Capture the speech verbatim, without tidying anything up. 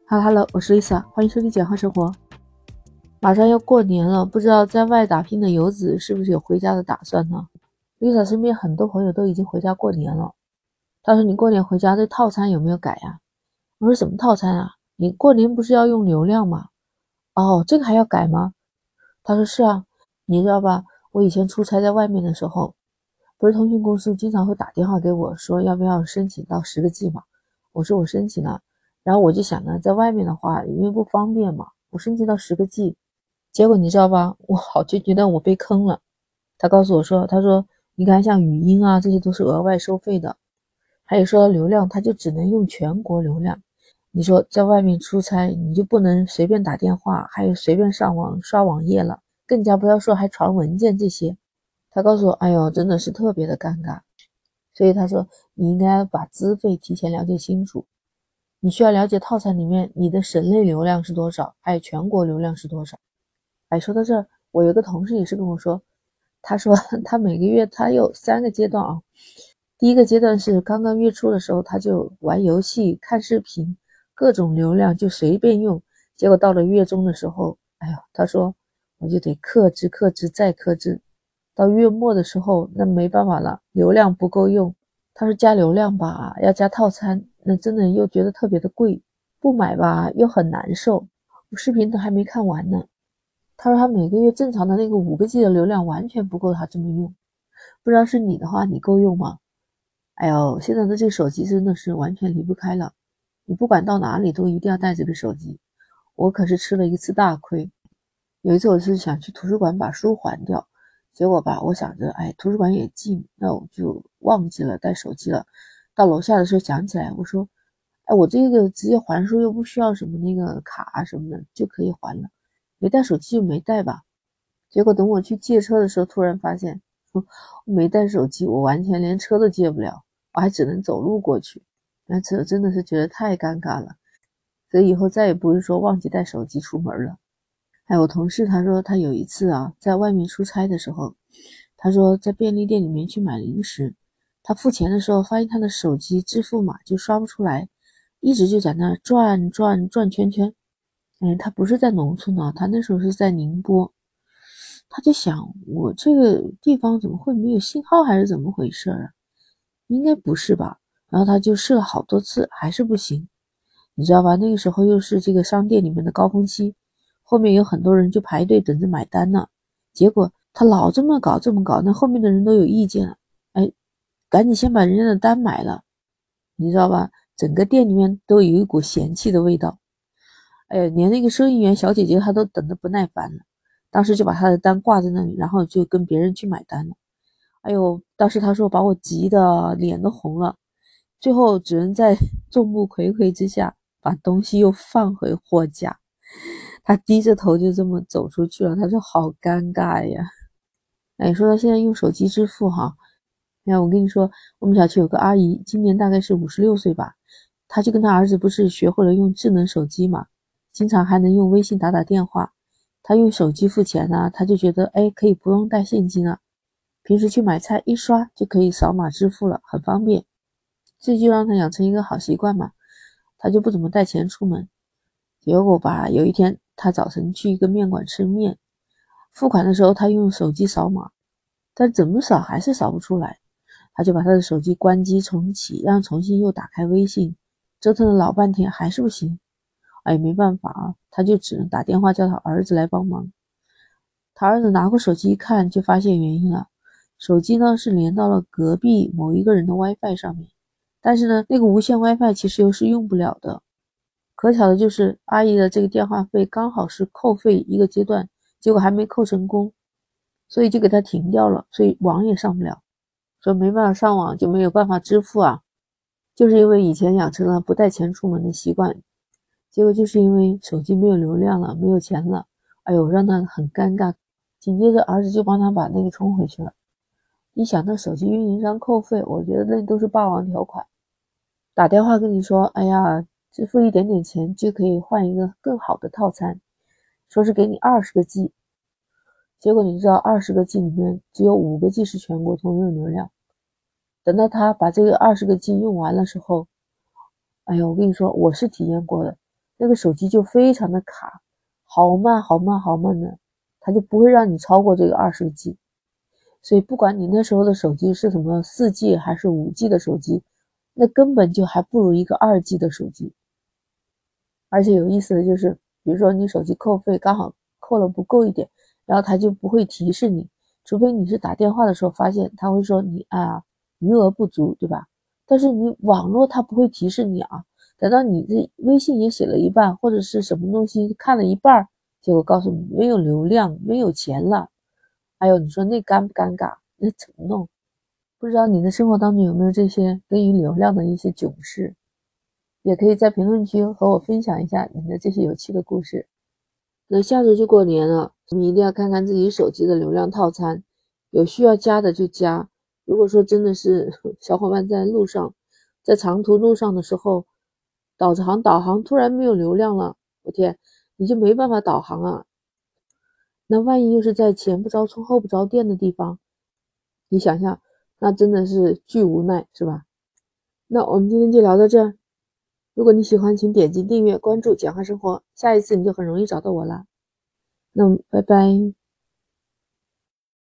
哈喽哈喽，我是 Lisa，欢迎收听简化生活。马上要过年了，不知道在外打拼的游子是不是有回家的打算呢？ Lisa 身边很多朋友都已经回家过年了。他说你过年回家这套餐有没有改呀？我说什么套餐啊？你过年不是要用流量吗？哦，这个还要改吗？他说是啊，你知道吧，我以前出差在外面的时候，不是通讯公司经常会打电话给我说要不要申请到十个 G 嘛，我说我申请了，然后我就想呢，在外面的话因为不方便嘛，我申请到十个 G， 结果你知道吧，我好就觉得我被坑了。他告诉我说，他说你看像语音啊这些都是额外收费的，还有说流量他就只能用全国流量，你说在外面出差你就不能随便打电话，还有随便上网刷网页了，更加不要说还传文件这些。他告诉我，哎呦真的是特别的尴尬。所以他说你应该把资费提前了解清楚，你需要了解套餐里面你的省内流量是多少，还有全国流量是多少。哎，说到这儿，我有个同事也是跟我说，他说他每个月他有三个阶段啊。第一个阶段是刚刚月初的时候，他就玩游戏看视频，各种流量就随便用，结果到了月中的时候，哎呦，他说我就得克制克制再克制，到月末的时候那没办法了，流量不够用。他说加流量吧要加套餐，那真的又觉得特别的贵，不买吧又很难受，我视频都还没看完呢。他说他每个月正常的那个五个 G 的流量完全不够他这么用，不知道是你的话你够用吗？哎呦，现在的这个手机真的是完全离不开了，你不管到哪里都一定要带这个手机。我可是吃了一次大亏。有一次我是想去图书馆把书还掉，结果吧我想着哎图书馆也近，那我就忘记了带手机了。到楼下的时候想起来，我说哎我这个直接还书又不需要什么那个卡啊什么的就可以还了，没带手机就没带吧。结果等我去借车的时候突然发现我没带手机，我完全连车都借不了，我还只能走路过去。那这真的是觉得太尴尬了，所以以后再也不会说忘记带手机出门了。还有我同事他说他有一次啊在外面出差的时候，他说在便利店里面去买零食，他付钱的时候发现他的手机支付码就刷不出来，一直就在那转转转圈圈。嗯，他不是在农村啊，他那时候是在宁波。他就想我这个地方怎么会没有信号还是怎么回事啊？应该不是吧？然后他就试了好多次还是不行，你知道吧，那个时候又是这个商店里面的高峰期，后面有很多人就排队等着买单呢。结果他老这么搞这么搞，那后面的人都有意见了，哎，赶紧先把人家的单买了，你知道吧，整个店里面都有一股嫌弃的味道。哎呀，连那个收银员小姐姐她都等得不耐烦了，当时就把她的单挂在那里，然后就跟别人去买单了。哎呦，当时她说把我急得脸都红了，最后只能在众目睽睽之下把东西又放回货架。她低着头就这么走出去了，她说好尴尬呀。哎，说到现在用手机支付哈，哎，我跟你说，我们小区有个阿姨，今年大概是五十六岁吧，她就跟她儿子不是学会了用智能手机嘛，经常还能用微信打打电话。她用手机付钱呢，她就觉得哎可以不用带现金了，平时去买菜一刷就可以扫码支付了，很方便。这就让她养成一个好习惯嘛，她就不怎么带钱出门。结果吧，有一天她早晨去一个面馆吃面，付款的时候她用手机扫码，但怎么扫还是扫不出来。她就把她的手机关机重启，让重新又打开微信，折腾了老半天还是不行。哎，没办法啊，他就只能打电话叫他儿子来帮忙。他儿子拿过手机一看，就发现原因了。手机呢是连到了隔壁某一个人的 WiFi 上面，但是呢，那个无线 WiFi 其实又是用不了的。可巧的就是阿姨的这个电话费刚好是扣费一个阶段，结果还没扣成功，所以就给他停掉了，所以网也上不了。说没办法上网就没有办法支付啊，就是因为以前养成了不带钱出门的习惯。结果就是因为手机没有流量了，没有钱了，哎呦，让他很尴尬。紧接着儿子就帮他把那个充回去了。一想到手机运营商扣费，我觉得那都是霸王条款。打电话跟你说，哎呀，支付一点点钱就可以换一个更好的套餐，说是给你二十个 G， 结果你知道二十个 G 里面只有五个 G 是全国通用流量。等到他把这个二十个 G 用完了时候，哎呀，我跟你说，我是体验过的。 那个手机就非常的卡，好慢好慢好慢的，它就不会让你超过这个 二十个 G。 所以不管你那时候的手机是什么 四 G 还是 五 G 的手机，那根本就还不如一个 二 G 的手机。而且有意思的就是，比如说你手机扣费刚好扣了不够一点，然后它就不会提示你，除非你是打电话的时候发现，它会说你啊余额不足，对吧？但是你网络它不会提示你啊，等到你这微信也写了一半，或者是什么东西看了一半，结果告诉你没有流量，没有钱了。哎呦，你说那尴不尴尬？那怎么弄？不知道你的生活当中有没有这些关于流量的一些囧事，也可以在评论区和我分享一下你的这些有趣的故事。那下周就过年了，我们一定要看看自己手机的流量套餐，有需要加的就加。如果说真的是小伙伴在路上，在长途路上的时候，导航导航突然没有流量了，我天，你就没办法导航啊。那万一又是在前不着村后不着店的地方，你想想，那真的是巨无奈，是吧？那我们今天就聊到这儿。如果你喜欢，请点击订阅、关注简化生活，下一次你就很容易找到我啦。那拜拜。